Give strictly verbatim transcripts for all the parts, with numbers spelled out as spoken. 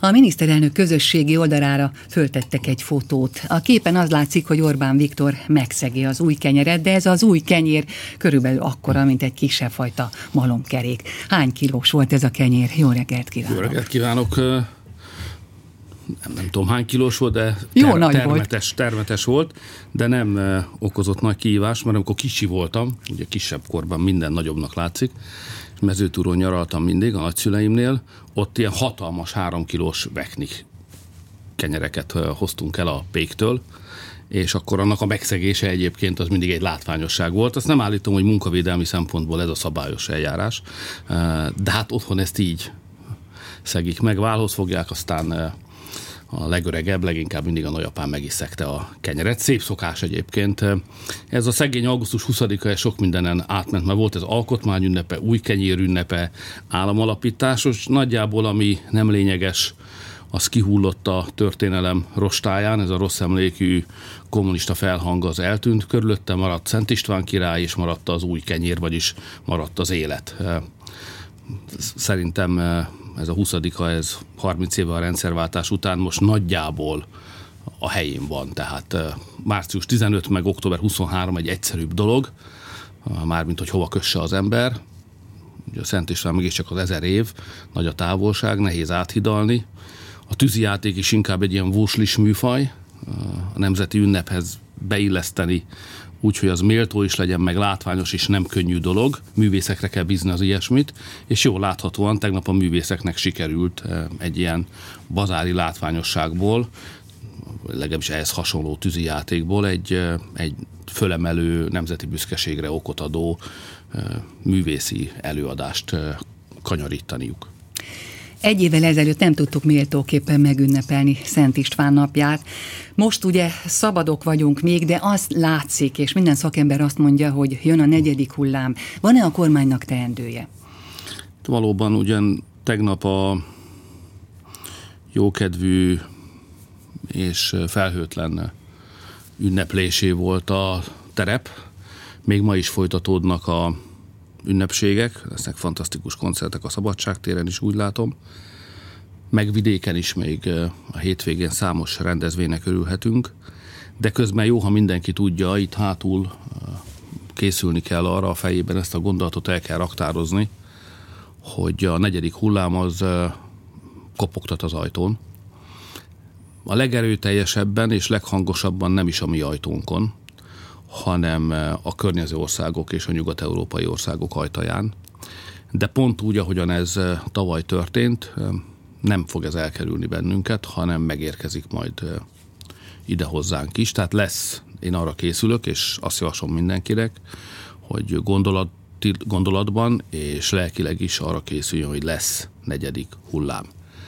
A miniszterelnök közösségi oldalára föltettek egy fotót. A képen az látszik, hogy Orbán Viktor megszegi az új kenyeret, de ez az új kenyér körülbelül akkora, mint egy kisebb fajta malomkerék. Hány kilós volt ez a kenyér? Jó reggelt kívánok! Jó reggelt kívánok! Nem, nem tudom hány kilós volt, de Jó ter- nagy termetes, volt. termetes volt, de nem uh, okozott nagy kihívást, mert amikor kicsi voltam, ugye kisebb korban minden nagyobbnak látszik, Mezőtúron nyaraltam mindig a nagyszüleimnél, ott ilyen hatalmas három kilós veknik kenyereket uh, hoztunk el a péktől, és akkor annak a megszegése egyébként az mindig egy látványosság volt. Azt nem állítom, hogy munkavédelmi szempontból ez a szabályos eljárás, uh, de hát otthon ezt így szegik meg, válhoz fogják, aztán uh, a legöregebb, leginkább mindig a nagyapám meg is szegte a kenyeret. Szép szokás egyébként. Ez a szegény augusztus huszadika sok mindenen átment, mert volt ez alkotmány ünnepe, új kenyér ünnepe, államalapításos. Nagyjából, ami nem lényeges, az kihullott a történelem rostáján, ez a rossz emlékű kommunista felhang az eltűnt. Körülötte maradt Szent István király, és maradt az új kenyér, vagyis maradt az élet. Szerintem ez a huszadika, ez harminc éve a rendszerváltás után most nagyjából a helyén van. Tehát március tizenötödike meg október huszonharmadika egy egyszerűbb dolog, mármint hogy hova kösse az ember. Ugye a Szent István mégiscsak az ezer év, nagy a távolság, nehéz áthidalni. A tűzijáték is inkább egy ilyen vóslis műfaj, a nemzeti ünnephez beilleszteni úgy, hogy az méltó is legyen, meg látványos és nem könnyű dolog. Művészekre kell bízni az ilyesmit, és jól láthatóan tegnap a művészeknek sikerült egy ilyen bazári látványosságból, legalábbis ehhez hasonló tűzijátékból egy, egy fölemelő, nemzeti büszkeségre okot adó művészi előadást kanyarítaniuk. Egy évvel ezelőtt nem tudtuk méltóképpen megünnepelni Szent István napját. Most ugye szabadok vagyunk még, de azt látszik, és minden szakember azt mondja, hogy jön a negyedik hullám. Van-e a kormánynak teendője? Valóban ugyan tegnap a jókedvű és felhőtlen ünneplésé volt a terep. Még ma is folytatódnak a ünnepségek, lesznek fantasztikus koncertek a Szabadságtéren is, úgy látom. Meg vidéken is még a hétvégén számos rendezvénynek örülhetünk, de közben jó, ha mindenki tudja, itt hátul készülni kell arra, a fejében ezt a gondolatot el kell raktározni, hogy a negyedik hullám az kopogtat az ajtón. A legerőteljesebben és leghangosabban nem is a mi ajtónkon, hanem a környező országok és a nyugat-európai országok ajtaján. De pont úgy, ahogyan ez tavaly történt, nem fog ez elkerülni bennünket, hanem megérkezik majd ide hozzánk is. Tehát lesz, én arra készülök, és azt javaslom mindenkinek, hogy gondolat, gondolatban és lelkileg is arra készüljön, hogy lesz negyedik hullám.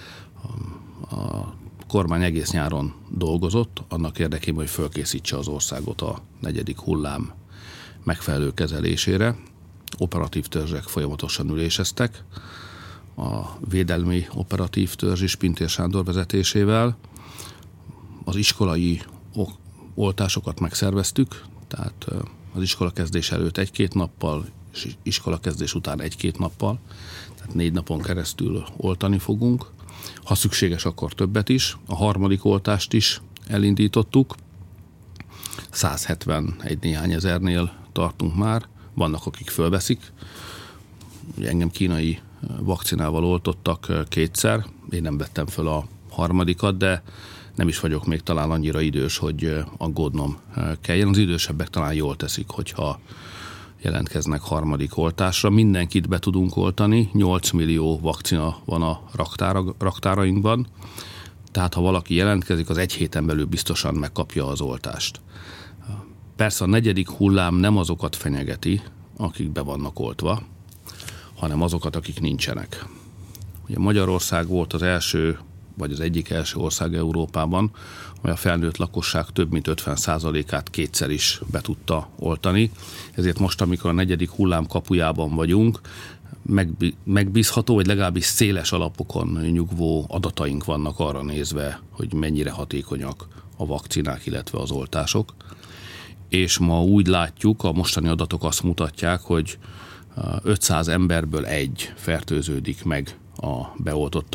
A kormány egész nyáron dolgozott, annak érdekében, hogy fölkészítse az országot a negyedik hullám megfelelő kezelésére. Operatív törzsek folyamatosan üléseztek. A védelmi operatív törzs is Pintér Sándor vezetésével. Az iskolai oltásokat megszerveztük, tehát az iskolakezdés előtt egy-két nappal, és iskolakezdés után egy-két nappal, tehát négy napon keresztül oltani fogunk. Ha szükséges, akkor többet is. A harmadik oltást is elindítottuk. száz hetvenegy néhány ezernél tartunk már. Vannak, akik fölveszik. Ugye engem kínai vakcinával oltottak kétszer. Én nem vettem föl a harmadikat, de nem is vagyok még talán annyira idős, hogy aggódnom kelljen. Az idősebbek talán jól teszik, hogyha jelentkeznek harmadik oltásra. Mindenkit be tudunk oltani, nyolc millió vakcina van a raktára, raktárainkban, tehát ha valaki jelentkezik, az egy héten belül biztosan megkapja az oltást. Persze a negyedik hullám nem azokat fenyegeti, akik be vannak oltva, hanem azokat, akik nincsenek. Ugye Magyarország volt az első, vagy az egyik első ország Európában, amely a felnőtt lakosság több mint ötven százalékát kétszer is be tudta oltani. Ezért most, amikor a negyedik hullám kapujában vagyunk, megbízható, vagy legalábbis széles alapokon nyugvó adataink vannak arra nézve, hogy mennyire hatékonyak a vakcinák, illetve az oltások. És ma úgy látjuk, a mostani adatok azt mutatják, hogy ötszáz emberből egy fertőződik meg a beoltottak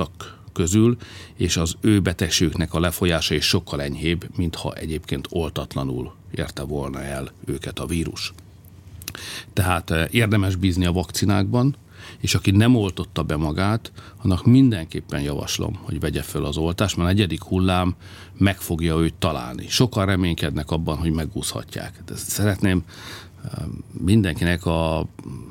közül, és az ő betegségüknek a lefolyása is sokkal enyhébb, mintha egyébként oltatlanul érte volna el őket a vírus. Tehát érdemes bízni a vakcinákban, és aki nem oltotta be magát, annak mindenképpen javaslom, hogy vegye föl az oltást, mert a negyedik hullám meg fogja őt találni. Sokan reménykednek abban, hogy megúszhatják. De szeretném mindenkinek a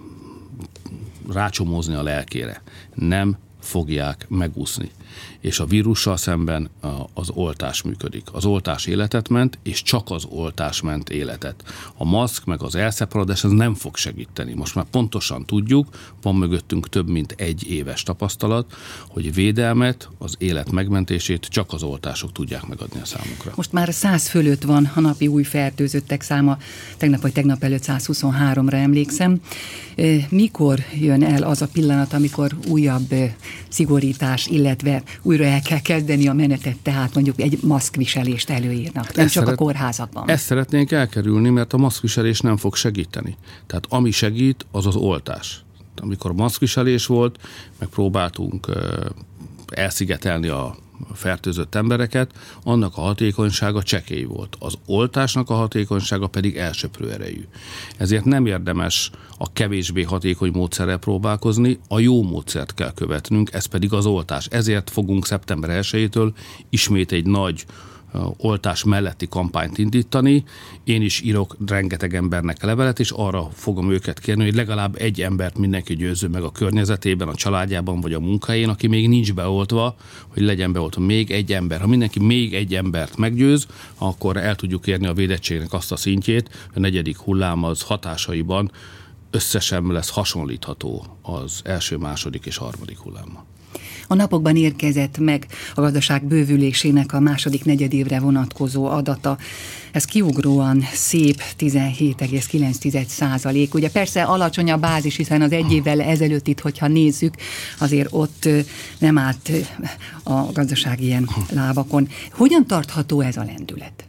rácsomózni a lelkére. Nem fogják megúszni. És a vírussal szemben az oltás működik. Az oltás életet ment, és csak az oltás ment életet. A maszk meg az elszeparodás az nem fog segíteni. Most már pontosan tudjuk, van mögöttünk több mint egy éves tapasztalat, hogy védelmet, az élet megmentését csak az oltások tudják megadni a számunkra. Most már száz fölött van a napi új fertőzöttek száma, tegnap vagy tegnap előtt száz huszonháromra emlékszem. Mikor jön el az a pillanat, amikor újabb szigorítás, illetve újra el kell kezdeni a menetet, tehát mondjuk egy maszkviselést előírnak, nem ezt csak szeret, a kórházakban. Ezt szeretnénk elkerülni, mert a maszkviselés nem fog segíteni. Tehát ami segít, az az oltás. Amikor maszkviselés volt, megpróbáltunk elszigetelni a fertőzött embereket, annak a hatékonysága csekély volt. Az oltásnak a hatékonysága pedig elsöprő erejű. Ezért nem érdemes a kevésbé hatékony módszerrel próbálkozni, a jó módszert kell követnünk, ez pedig az oltás. Ezért fogunk szeptember elsejétől ismét egy nagy oltás melletti kampányt indítani. Én is írok rengeteg embernek levelet, és arra fogom őket kérni, hogy legalább egy embert mindenki győzzön meg a környezetében, a családjában vagy a munkahelyén, aki még nincs beoltva, hogy legyen beoltva még egy ember. Ha mindenki még egy embert meggyőz, akkor el tudjuk érni a védettségnek azt a szintjét, a negyedik hullám az hatásaiban összesen lesz hasonlítható az első, második és harmadik hullámmal. A napokban érkezett meg a gazdaság bővülésének a második negyedévre vonatkozó adata. Ez kiugróan szép, tizenhét egész kilenc százalék. Ugye persze alacsony a bázis, hiszen az egy évvel ezelőtt itt, hogyha nézzük, azért ott nem állt a gazdaság ilyen lábakon. Hogyan tartható ez a lendület?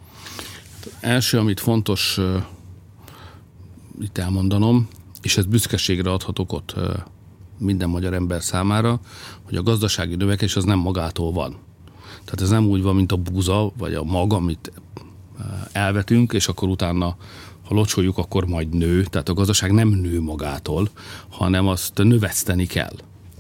Első, amit fontos uh, itt elmondanom, és ez büszkeségre adhat okot uh, minden magyar ember számára, hogy a gazdasági növekedés az nem magától van. Tehát ez nem úgy van, mint a búza, vagy a mag, amit elvetünk, és akkor utána, ha locsoljuk, akkor majd nő. Tehát a gazdaság nem nő magától, hanem azt növeszteni kell.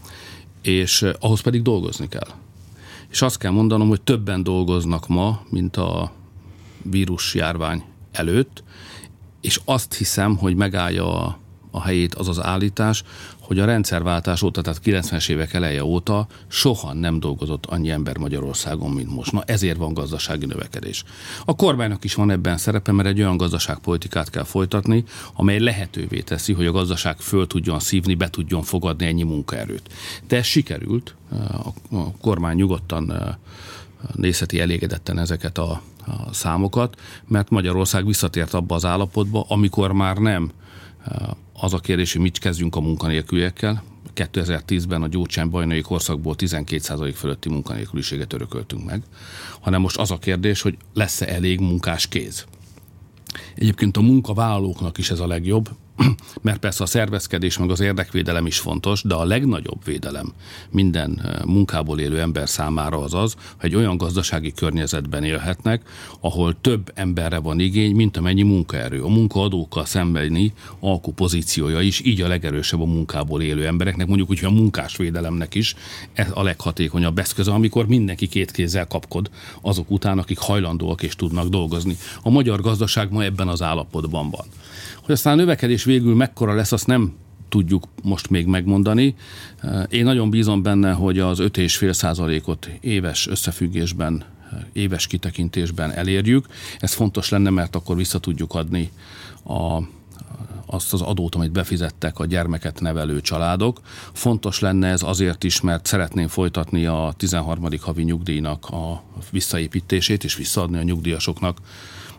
És ahhoz pedig dolgozni kell. És azt kell mondanom, hogy többen dolgoznak ma, mint a vírusjárvány előtt, és azt hiszem, hogy megállja a, a helyét az az állítás, hogy a rendszerváltás óta, tehát kilencvenes évek eleje óta soha nem dolgozott annyi ember Magyarországon, mint most. Na ezért van gazdasági növekedés. A kormánynak is van ebben szerepe, mert egy olyan gazdaságpolitikát kell folytatni, amely lehetővé teszi, hogy a gazdaság föl tudjon szívni, be tudjon fogadni ennyi munkaerőt. De ez sikerült, a kormány nyugodtan nézheti elégedetten ezeket a, a számokat, mert Magyarország visszatért abba az állapotba, amikor már nem az a kérdés, hogy mit kezdjünk a munkanélküliekkel. kétezer-tízben a Gyurcsány-Bajnai korszakból tizenkét százalék fölötti munkanélküliséget örököltünk meg, hanem most az a kérdés, hogy lesz-e elég munkás kéz. Egyébként a munkavállalóknak is ez a legjobb, mert persze a szervezkedés meg az érdekvédelem is fontos, de a legnagyobb védelem minden munkából élő ember számára az az, hogy egy olyan gazdasági környezetben élhetnek, ahol több emberre van igény, mint amennyi munkaerő. A munkaadókkal szembeni alkupozíciója is így a legerősebb a munkából élő embereknek, mondjuk úgy, hogy a munkásvédelemnek is ez a leghatékonyabb eszköze, amikor mindenki két kézzel kapkod azok után, akik hajlandóak és tudnak dolgozni. A magyar gazdaság ma ebben az állapotban van. Hogy aztán a növekedés végül mekkora lesz, azt nem tudjuk most még megmondani. Én nagyon bízom benne, hogy az öt egész öt százalékot éves összefüggésben, éves kitekintésben elérjük. Ez fontos lenne, mert akkor vissza tudjuk adni a, azt az adót, amit befizettek a gyermeket nevelő családok. Fontos lenne ez azért is, mert szeretném folytatni a tizenharmadik havi nyugdíjnak a visszaépítését, és visszaadni a nyugdíjasoknak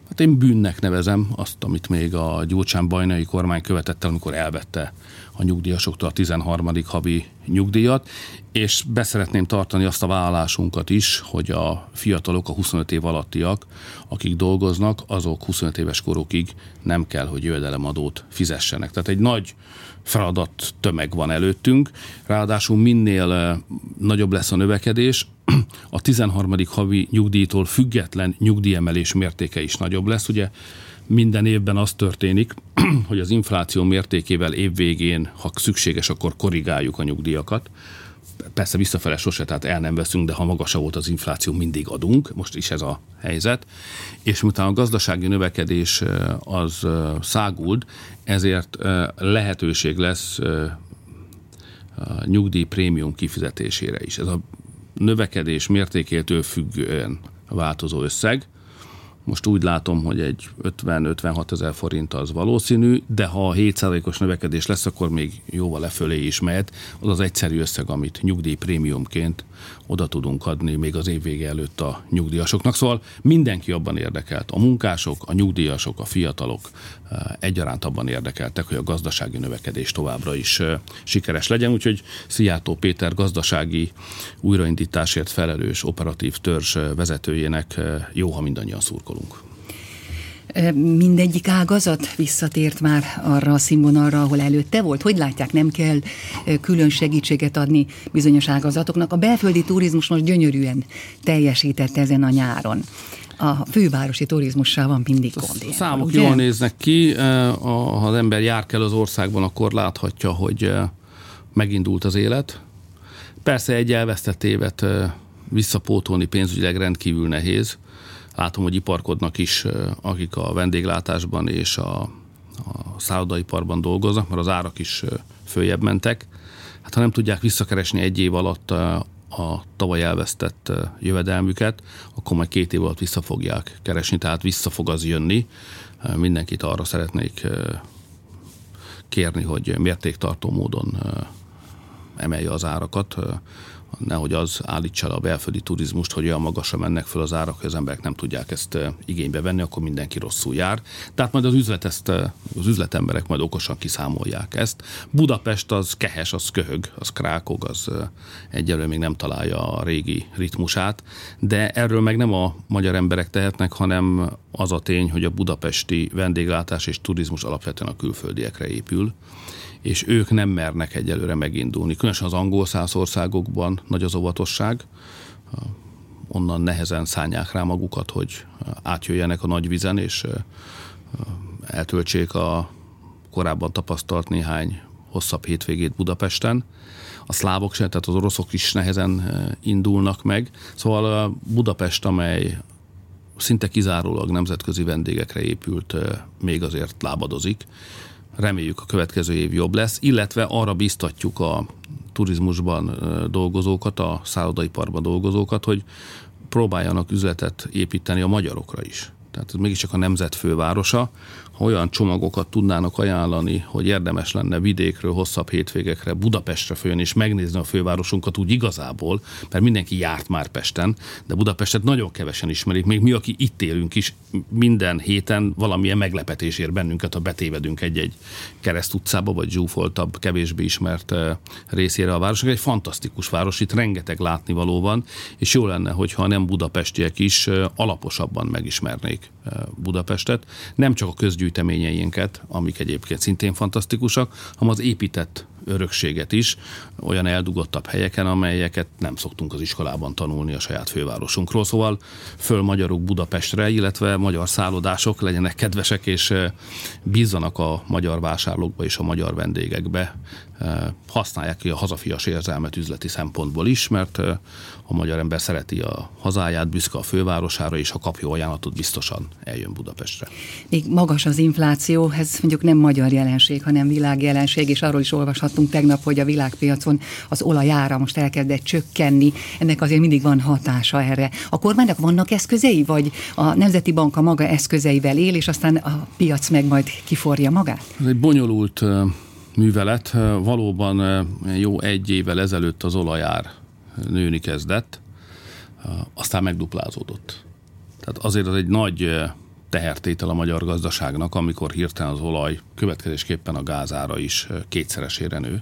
Hát én bűnnek nevezem azt, amit még a Gyurcsány-Bajnai kormány követett el, amikor elvette a nyugdíjasoktól a tizenharmadik havi nyugdíjat, és beszeretném tartani azt a vállalásunkat is, hogy a fiatalok, a huszonöt év alattiak, akik dolgoznak, azok huszonöt éves korukig nem kell, hogy jövedelemadót fizessenek. Tehát egy nagy feladat tömeg van előttünk, ráadásul minél nagyobb lesz a növekedés, a tizenharmadik havi nyugdíjtól független nyugdíjemelés mértéke is nagyobb lesz. Ugye minden évben az történik, hogy az infláció mértékével évvégén, ha szükséges, akkor korrigáljuk a nyugdíjakat. Persze visszafele sose, tehát el nem veszünk, de ha magasabb volt az infláció, mindig adunk. Most is ez a helyzet. És miután a gazdasági növekedés az száguld, ezért lehetőség lesz a nyugdíjprémium kifizetésére is. Ez a növekedés mértékétől függően változó összeg. Most úgy látom, hogy egy ötven-ötvenhat ezer forint az valószínű, de ha hét százalékos növekedés lesz, akkor még jóval lefölé is mehet. Az az egyszerű összeg, amit nyugdíjprémiumként oda tudunk adni még az év vége előtt a nyugdíjasoknak. Szóval mindenki abban érdekelt. A munkások, a nyugdíjasok, a fiatalok egyaránt abban érdekeltek, hogy a gazdasági növekedés továbbra is sikeres legyen. Úgyhogy Szijjártó Péter gazdasági újraindításért felelős operatív törzs vezetőjének jó, ha mindannyian szurkolunk. Mindegyik ágazat visszatért már arra a színvonalra, ahol előtte volt? Hogy látják, nem kell külön segítséget adni bizonyos ágazatoknak? A belföldi turizmus most gyönyörűen teljesített ezen a nyáron. A fővárosi turizmussal van mindig gond. Számok ugye? Jól néznek ki. Ha az ember jár kell az országban, akkor láthatja, hogy megindult az élet. Persze egy elvesztett évet visszapótolni pénzügyileg rendkívül nehéz. Látom, hogy iparkodnak is, akik a vendéglátásban és a, a szállodaiparban dolgoznak, mert az árak is följebb mentek. Hát ha nem tudják visszakeresni egy év alatt a tavaly elvesztett jövedelmüket, akkor majd két év alatt vissza fogják keresni, tehát vissza fog az jönni. Mindenkit arra szeretnék kérni, hogy mértéktartó módon emelje az árakat, nehogy az állítsa le a belföldi turizmust, hogy olyan magasra mennek föl az árak, hogy az emberek nem tudják ezt igénybe venni, akkor mindenki rosszul jár. Tehát majd az üzlet ezt, az üzletemberek majd okosan kiszámolják ezt. Budapest az kehes, az köhög, az krákog, az egyelőre még nem találja a régi ritmusát, de erről meg nem a magyar emberek tehetnek, hanem az a tény, hogy a budapesti vendéglátás és turizmus alapvetően a külföldiekre épül, és ők nem mernek egyelőre megindulni. Különösen az angolszász országokban nagy az óvatosság, onnan nehezen szánják rá magukat, hogy átjöjjenek a nagy vizen, és eltöltsék a korábban tapasztalt néhány hosszabb hétvégét Budapesten. A szlávok sem, tehát az oroszok is nehezen indulnak meg. Szóval Budapest, amely szinte kizárólag nemzetközi vendégekre épült, még azért lábadozik. Reméljük, a következő év jobb lesz, illetve arra biztatjuk a turizmusban dolgozókat, a szállodaiparban dolgozókat, hogy próbáljanak üzletet építeni a magyarokra is. Tehát ez mégiscsak a nemzet fővárosa. Ha olyan csomagokat tudnának ajánlani, hogy érdemes lenne vidékről, hosszabb hétvégekre, Budapestre följön és megnézni a fővárosunkat úgy igazából, mert mindenki járt már Pesten, de Budapestet nagyon kevesen ismerik. Még mi, aki itt élünk is, minden héten valamilyen meglepetés ér bennünket, ha betévedünk egy-egy Kereszt utcába, vagy zsúfoltabb, kevésbé ismert részére a városnak. Egy fantasztikus város, itt rengeteg látnivaló van, és jó lenne, hogyha nem budapestiek is alaposabban megismernék Budapestet. Nem csak a közgyűjteményeinket, amik egyébként szintén fantasztikusak, hanem az épített örökséget is, olyan eldugottabb helyeken, amelyeket nem szoktunk az iskolában tanulni a saját fővárosunkról. Szóval fölmagyaruk Budapestre, illetve magyar szállodások legyenek kedvesek, és bízzanak a magyar vásárlókba és a magyar vendégekbe. Használják ki a hazafias érzelmet üzleti szempontból is, mert a magyar ember szereti a hazáját, büszke a fővárosára, és ha kapja ajánlatot, biztosan eljön Budapestre. Még magas az infláció, ez mondjuk nem magyar jelenség, hanem világjelenség, és arról is olvashattunk tegnap, hogy a világpiacon az olajára most elkezdett csökkenni. Ennek azért mindig van hatása erre. A kormánynak vannak eszközei, vagy a Nemzeti Bank a maga eszközeivel él, és aztán a piac meg majd kiforja magát? Ez egy bonyolult művelet. Valóban jó egy évvel ezelőtt az olajár nőni kezdett, aztán megduplázódott. Tehát azért az egy nagy tehertétel a magyar gazdaságnak, amikor hirtelen az olaj következésképpen a gázára is kétszeresére nő.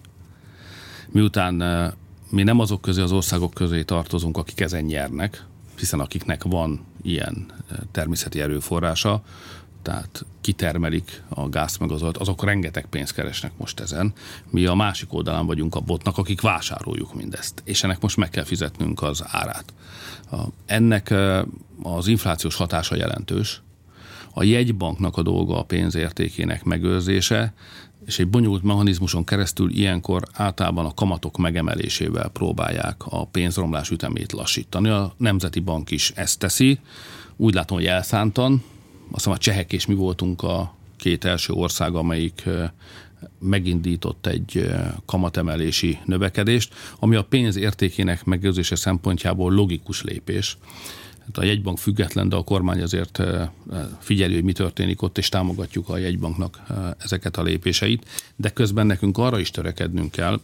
Miután mi nem azok közé az országok közé tartozunk, akik ezen nyernek, hiszen akiknek van ilyen természeti erőforrása, tehát kitermelik a gázt meg az olajat, azok rengeteg pénzt keresnek most ezen. Mi a másik oldalán vagyunk a botnak, akik vásároljuk mindezt, és ennek most meg kell fizetnünk az árát. Ennek az inflációs hatása jelentős. A jegybanknak a dolga a pénz értékének megőrzése, és egy bonyolult mechanizmuson keresztül ilyenkor általában a kamatok megemelésével próbálják a pénzromlás ütemét lassítani. A Nemzeti Bank is ezt teszi. Úgy látom, hogy elszántan. Azt hiszem, a csehek és mi voltunk a két első ország, amelyik megindított egy kamatemelési növekedést, ami a pénz értékének megőrzése szempontjából logikus lépés. A jegybank független, de a kormány azért figyeli, hogy mi történik ott, és támogatjuk a jegybanknak ezeket a lépéseit, de közben nekünk arra is törekednünk kell,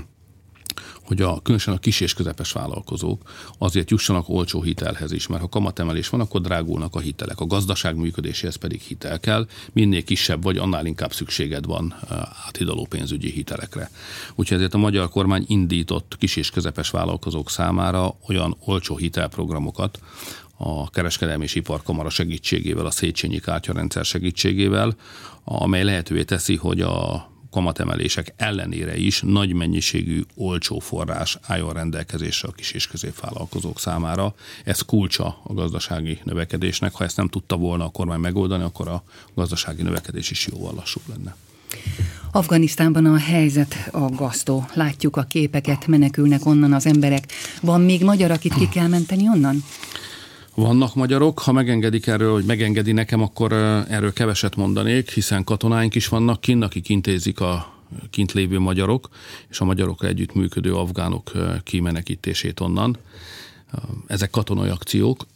hogy a, különösen a kis és közepes vállalkozók azért jussanak olcsó hitelhez is, mert ha kamatemelés van, akkor drágulnak a hitelek. A gazdaság működéséhez pedig hitel kell, minél kisebb vagy, annál inkább szükséged van áthidaló pénzügyi hitelekre. Úgyhogy ezért a magyar kormány indított kis és közepes vállalkozók számára olyan olcsó hitelprogramokat, a Kereskedelmi és Iparkamara segítségével, a Széchenyi kártyarendszer segítségével, amely lehetővé teszi, hogy a kamatemelések ellenére is nagy mennyiségű olcsó forrás álljon rendelkezésre a kis és középvállalkozók számára. Ez kulcsa a gazdasági növekedésnek. Ha ezt nem tudta volna a kormány megoldani, akkor a gazdasági növekedés is jóval lassúbb lenne. Afganisztánban a helyzet aggasztó. Látjuk a képeket, menekülnek onnan az emberek. Van még magyar, akit ki kell menteni onnan? Vannak magyarok, ha megengedik erről, hogy megengedi nekem, akkor erről keveset mondanék, hiszen katonáink is vannak kint, akik intézik a kint lévő magyarok, és a magyarokkal együtt működő afgánok kimenekítését onnan. Ezek katonai akciók,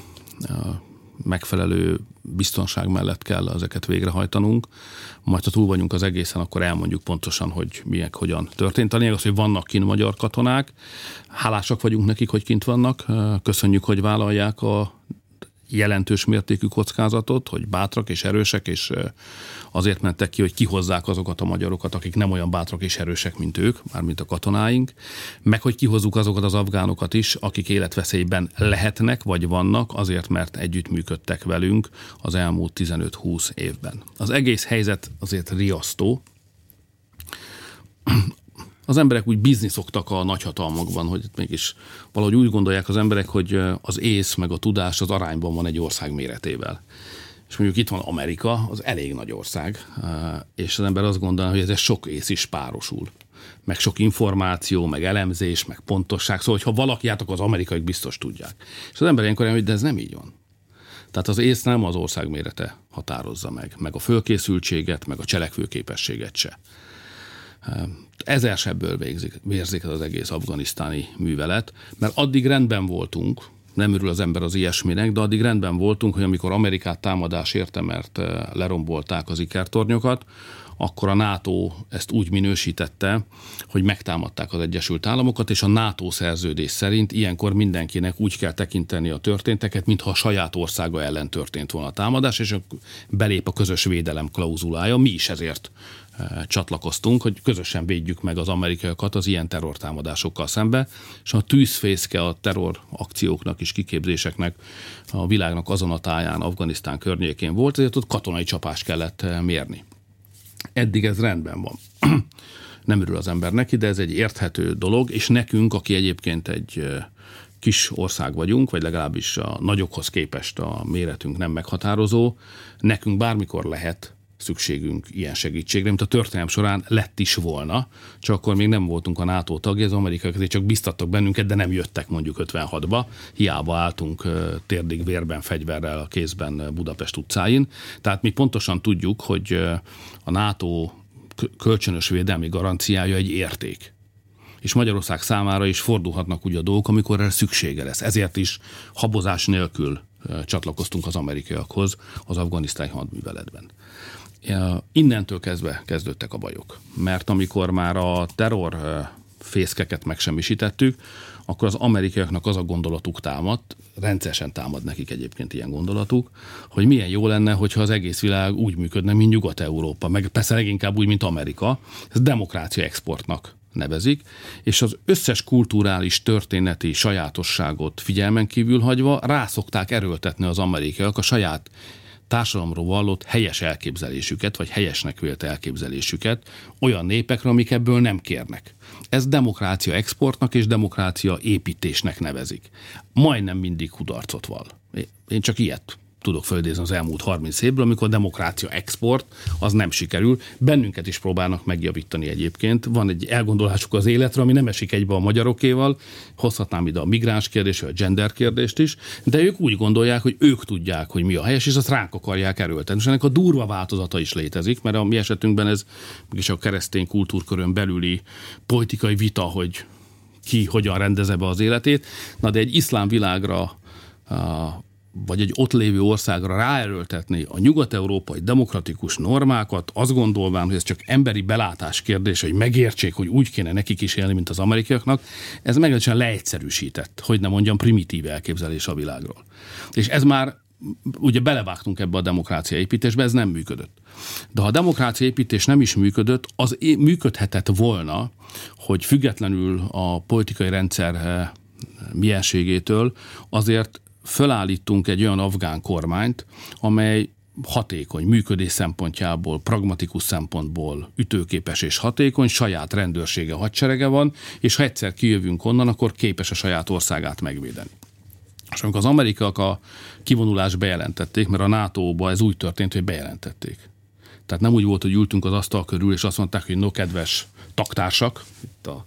megfelelő biztonság mellett kell ezeket végrehajtanunk. Majd ha túl vagyunk az egészen, akkor elmondjuk pontosan, hogy milyen, hogyan történt. A lényeg az, hogy vannak kint magyar katonák, hálásak vagyunk nekik, hogy kint vannak, köszönjük, hogy vállalják a jelentős mértékű kockázatot, hogy bátrak és erősek, és azért mentek ki, hogy kihozzák azokat a magyarokat, akik nem olyan bátrak és erősek, mint ők, mármint a katonáink, meg hogy kihozzuk azokat az afgánokat is, akik életveszélyben lehetnek, vagy vannak, azért, mert együttműködtek velünk az elmúlt tizenöt-húsz évben. Az egész helyzet azért riasztó. Az emberek úgy bízni szoktak a nagyhatalmakban, hogy mégis valahogy úgy gondolják az emberek, hogy az ész meg a tudás az arányban van egy ország méretével. És mondjuk itt van Amerika, az elég nagy ország, és az ember azt gondolja, hogy ez sok ész is párosul. Meg sok információ, meg elemzés, meg pontosság. Szóval, ha valaki át, akkor az amerikaiak biztos tudják. És az ember ilyenkor olyan, hogy de ez nem így van. Tehát az ész nem az ország mérete határozza meg, meg a fölkészültséget, meg a cselekvőképességet se. Ezersebből végzik, vérzik az egész afganisztáni művelet, mert addig rendben voltunk, nem örül az ember az ilyesminek, de addig rendben voltunk, hogy amikor Amerikát támadás érte, mert lerombolták az ikertornyokat, akkor a NATO ezt úgy minősítette, hogy megtámadták az Egyesült Államokat, és a NATO szerződés szerint ilyenkor mindenkinek úgy kell tekinteni a történteket, mintha a saját országa ellen történt volna a támadás, és belép a közös védelem klauzulája. Mi is ezért csatlakoztunk, hogy közösen védjük meg az amerikaiakat az ilyen terrortámadásokkal szembe, és a tűzfészke a terror akcióknak és kiképzéseknek a világnak azon a táján, Afganisztán környékén volt, ezért ott katonai csapást kellett mérni. Eddig ez rendben van. Nem örül az ember neki, de ez egy érthető dolog, és nekünk, aki egyébként egy kis ország vagyunk, vagy legalábbis a nagyokhoz képest a méretünk nem meghatározó, nekünk bármikor lehet szükségünk ilyen segítségre, mint a történelem során lett is volna, csak akkor még nem voltunk a NATO tagja, az amerikaiak csak biztattak bennünket, de nem jöttek mondjuk ötvenhatba, hiába álltunk térdig vérben, fegyverrel a kézben Budapest utcáin. Tehát mi pontosan tudjuk, hogy a NATO kölcsönös védelmi garanciája egy érték. És Magyarország számára is fordulhatnak úgy a dolgok, amikor erre szüksége lesz. Ezért is habozás nélkül csatlakoztunk az amerikaiakhoz az afganisztáni hadműveletben. Innentől kezdve kezdődtek a bajok, mert amikor már a terror fészkeket megsemmisítettük, akkor az amerikaiaknak az a gondolatuk támadt, rendszeresen támad nekik egyébként ilyen gondolatuk, hogy milyen jó lenne, hogyha az egész világ úgy működne, mint Nyugat-Európa, meg persze leginkább úgy, mint Amerika. Ez demokrácia exportnak nevezik, és az összes kulturális, történeti sajátosságot figyelmen kívül hagyva rászokták erőltetni az amerikaiak a saját társadalomról vallott helyes elképzelésüket, vagy helyesnek vélt elképzelésüket olyan népekre, amik ebből nem kérnek. Ez demokrácia exportnak és demokrácia építésnek nevezik. Majdnem mindig kudarcot vall. Én csak ilyet tudok fölidézni az elmúlt harminc évből, amikor demokrácia export, az nem sikerül. Bennünket is próbálnak megjavítani egyébként. Van egy elgondolásuk az életre, ami nem esik egybe a magyarokéval. Hozhatnám ide a migráns kérdést, vagy a gender kérdést is, de ők úgy gondolják, hogy ők tudják, hogy mi a helyes, és azt ránk akarják erőltetni. És ennek a durva változata is létezik, mert a mi esetünkben ez mégis a keresztény kultúrkörön belüli politikai vita, hogy ki hogyan rendezze be az életét. Na de egy iszlám világra vagy egy ott lévő országra ráerőltetni a nyugat-európai demokratikus normákat, azt gondolván, hogy ez csak emberi belátás kérdése, hogy megértsék, hogy úgy kéne nekik is élni, mint az amerikaiaknak, ez meglehetősen leegyszerűsített, hogy nem mondjam, primitív elképzelés a világról. És ez már, ugye belevágtunk ebbe a demokrácia építésbe, ez nem működött. De ha a demokrácia építés nem is működött, az működhetett volna, hogy függetlenül a politikai rendszer mienségétől azért fölállítunk egy olyan afgán kormányt, amely hatékony, működés szempontjából, pragmatikus szempontból ütőképes és hatékony, saját rendőrsége, hadserege van, és ha egyszer kijövünk onnan, akkor képes a saját országát megvédeni. És amikor az amerikaiak a kivonulást bejelentették, mert a nátóba ez úgy történt, hogy bejelentették. Tehát nem úgy volt, hogy ültünk az asztal körül, és azt mondták, hogy no, kedves taktársak, itt a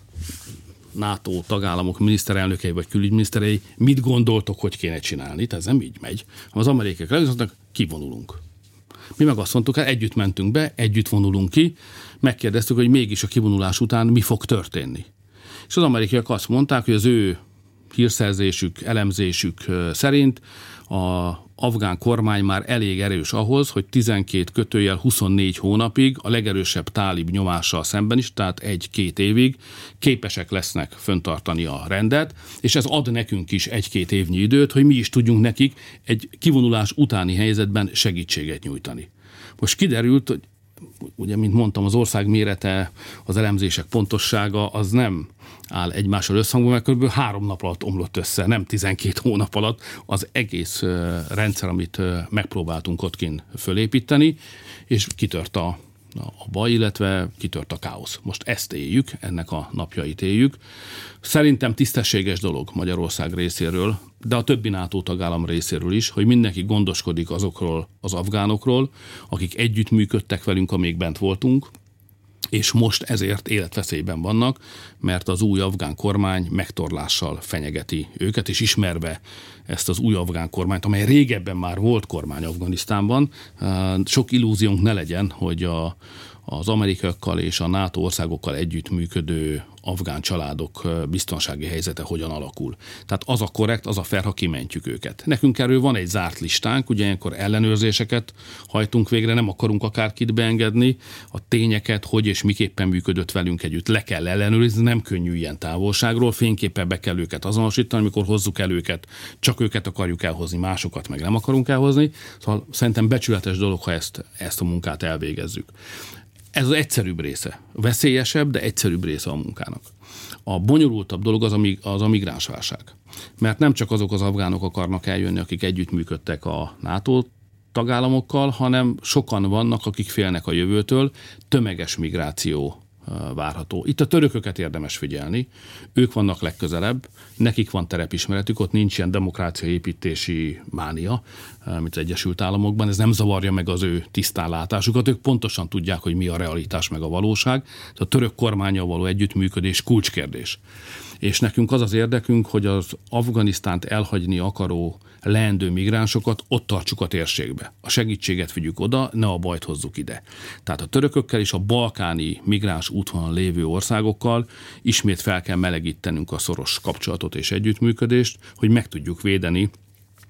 NATO tagállamok miniszterelnökei vagy külügyminiszterei, mit gondoltok, hogy kéne csinálni? Tehát ez nem így megy. Az amerikaiak legalább kivonulunk. Mi meg azt mondtuk, hát együtt mentünk be, együtt vonulunk ki, megkérdeztük, hogy mégis a kivonulás után mi fog történni. És az amerikaiak azt mondták, hogy az ő hírszerzésük, elemzésük szerint a afgán kormány már elég erős ahhoz, hogy tizenkét kötőjel huszonnégy hónapig a legerősebb tálib nyomással szemben is, tehát egy-két évig képesek lesznek föntartani a rendet, és ez ad nekünk is egy-két évnyi időt, hogy mi is tudjunk nekik egy kivonulás utáni helyzetben segítséget nyújtani. Most kiderült, hogy ugye, mint mondtam, az ország mérete, az elemzések pontossága, az nem áll egymással összhangban, mert kb. három nap alatt omlott össze, nem tizenkét hónap alatt az egész rendszer, amit megpróbáltunk ott kint fölépíteni, és kitört a, a baj, illetve kitört a káosz. Most ezt éljük, ennek a napjait éljük. Szerintem tisztességes dolog Magyarország részéről, de a többi NATO tagállam részéről is, hogy mindenki gondoskodik azokról az afgánokról, akik együttműködtek velünk, amíg bent voltunk, és most ezért életveszélyben vannak, mert az új afgán kormány megtorlással fenyegeti őket, és ismerve ezt az új afgán kormányt, amely régebben már volt kormány Afganisztánban, sok illúziónk ne legyen, hogy a, az amerikaiakkal és a NATO országokkal együttműködő afgán családok biztonsági helyzete hogyan alakul. Tehát az a korrekt, az a fair, ha kimentjük őket. Nekünk erről van egy zárt listánk, ugye ilyenkor ellenőrzéseket hajtunk végre, nem akarunk akárkit beengedni, a tényeket, hogy és miképpen működött velünk együtt le kell ellenőrizni, nem könnyű ilyen távolságról, fényképpen be kell őket azonosítani, amikor hozzuk el őket, csak őket akarjuk elhozni, másokat meg nem akarunk elhozni, szóval szerintem becsületes dolog, ha ezt, ezt a munkát elvégezzük. Ez az egyszerűbb része. Veszélyesebb, de egyszerűbb része a munkának. A bonyolultabb dolog az a, az a migránsválság. Mert nem csak azok az afgánok akarnak eljönni, akik együttműködtek a NATO tagállamokkal, hanem sokan vannak, akik félnek a jövőtől, tömeges migráció várható. Itt a törököket érdemes figyelni, ők vannak legközelebb, nekik van terepismeretük, ott nincs ilyen demokráciaépítési mánia, mint az Egyesült Államokban, ez nem zavarja meg az ő tisztánlátásukat, ők pontosan tudják, hogy mi a realitás meg a valóság, a török kormánnyal való együttműködés kulcskérdés. És nekünk az az érdekünk, hogy az Afganisztánt elhagyni akaró leendő migránsokat ott tartsuk a térségbe. A segítséget vigyük oda, ne a bajt hozzuk ide. Tehát a törökökkel és a balkáni migráns útvonalon lévő országokkal ismét fel kell melegítenünk a szoros kapcsolatot és együttműködést, hogy meg tudjuk védeni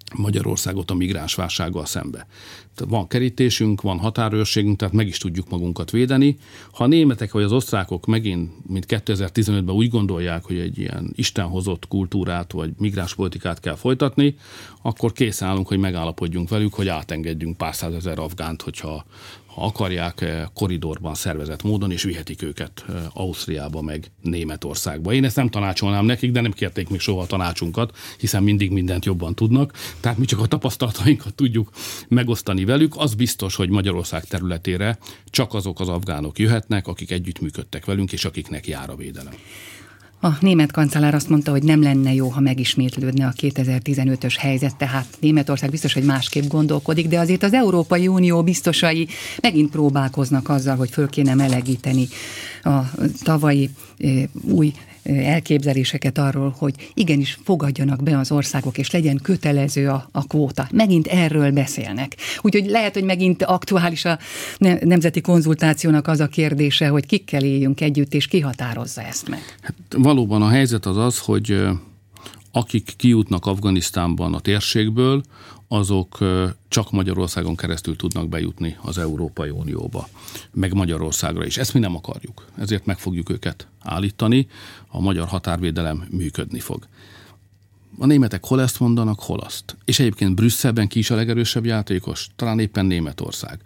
Magyarországot a migránsválsággal szembe. Tehát van kerítésünk, van határőrségünk, tehát meg is tudjuk magunkat védeni. Ha a németek vagy az osztrákok megint, mint kétezer-tizenötben úgy gondolják, hogy egy ilyen istenhozott kultúrát vagy migránspolitikát kell folytatni, akkor készen állunk, hogy megállapodjunk velük, hogy átengedjünk pár százezer afgánt, hogyha ha akarják, koridorban szervezett módon, és vihetik őket Ausztriába, meg Németországba. Én ezt nem tanácsolnám nekik, de nem kérték még soha a tanácsunkat, hiszen mindig mindent jobban tudnak. Tehát mi csak a tapasztalatainkat tudjuk megosztani velük. Az biztos, hogy Magyarország területére csak azok az afgánok jöhetnek, akik együttműködtek velünk, és akiknek jár a védelem. A német kancellár azt mondta, hogy nem lenne jó, ha megismétlődne a kétezer-tizenötös helyzet, tehát Németország biztos, hogy másképp gondolkodik, de azért az Európai Unió biztosai megint próbálkoznak azzal, hogy föl kéne melegíteni a tavalyi e, új elképzeléseket arról, hogy igenis fogadjanak be az országok, és legyen kötelező a, a kvóta. Megint erről beszélnek. Úgyhogy lehet, hogy megint aktuális a nemzeti konzultációnak az a kérdése, hogy kikkel éljünk együtt, és ki határozza ezt meg. Hát valóban a helyzet az az, hogy akik kijutnak Afganisztánban a térségből, azok csak Magyarországon keresztül tudnak bejutni az Európai Unióba, meg Magyarországra is. Ezt mi nem akarjuk, ezért meg fogjuk őket állítani, a magyar határvédelem működni fog. A németek hol ezt mondanak, hol azt. És egyébként Brüsszelben ki is a legerősebb játékos? Talán éppen Németország.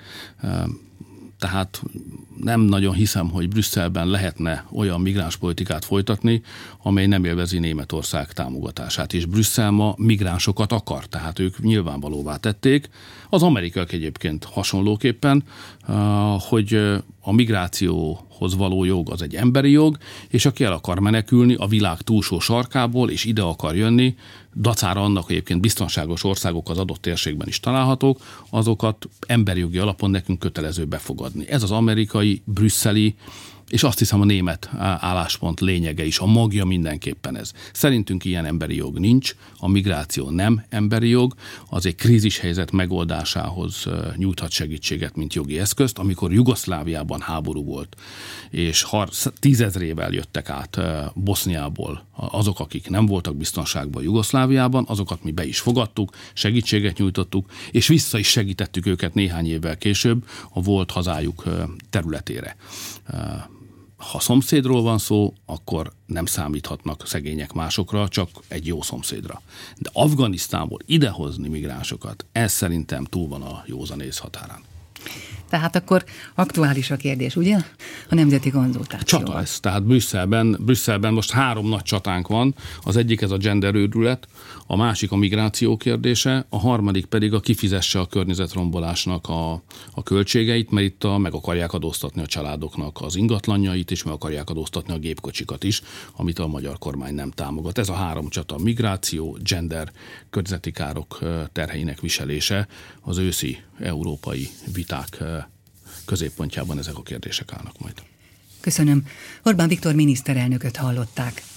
Tehát nem nagyon hiszem, hogy Brüsszelben lehetne olyan migránspolitikát folytatni, amely nem élvezi Németország támogatását. És Brüsszel ma migránsokat akar, tehát ők nyilvánvalóvá tették. Az amerikaiak egyébként hasonlóképpen, hogy a migrációhoz való jog az egy emberi jog, és aki el akar menekülni a világ túlsó sarkából, és ide akar jönni, dacára annak, hogy egyébként biztonságos országok az adott térségben is találhatók, azokat emberi jogi alapon nekünk kötelező befogadni. Ez az amerikai, brüsszeli, és azt hiszem a német álláspont lényege is, a magja mindenképpen ez. Szerintünk ilyen emberi jog nincs, a migráció nem emberi jog, az egy krízishelyzet megoldásához nyújthat segítséget, mint jogi eszközt. Amikor Jugoszláviában háború volt, és tízezrével jöttek át Boszniából azok, akik nem voltak biztonságban Jugoszláviában, azokat mi be is fogadtuk, segítséget nyújtottuk, és vissza is segítettük őket néhány évvel később a volt hazájuk területére. Ha szomszédról van szó, akkor nem számíthatnak szegények másokra, csak egy jó szomszédra. De Afganisztánból idehozni migránsokat, ez szerintem túl van a józanész határán. Tehát akkor aktuális a kérdés, ugye? A nemzeti konzultáció. Csata ez. Tehát Brüsszelben, Brüsszelben most három nagy csatánk van. Az egyik ez a gender őrület, a másik a migráció kérdése, a harmadik pedig a kifizesse a környezetrombolásnak a, a költségeit, mert itt a, meg akarják adóztatni a családoknak az ingatlanjait, és meg akarják adóztatni a gépkocsikat is, amit a magyar kormány nem támogat. Ez a három csata, migráció, gender, környezeti károk terheinek viselése, az őszi európai viták középpontjában ezek a kérdések állnak majd. Köszönöm. Orbán Viktor miniszterelnököt hallották.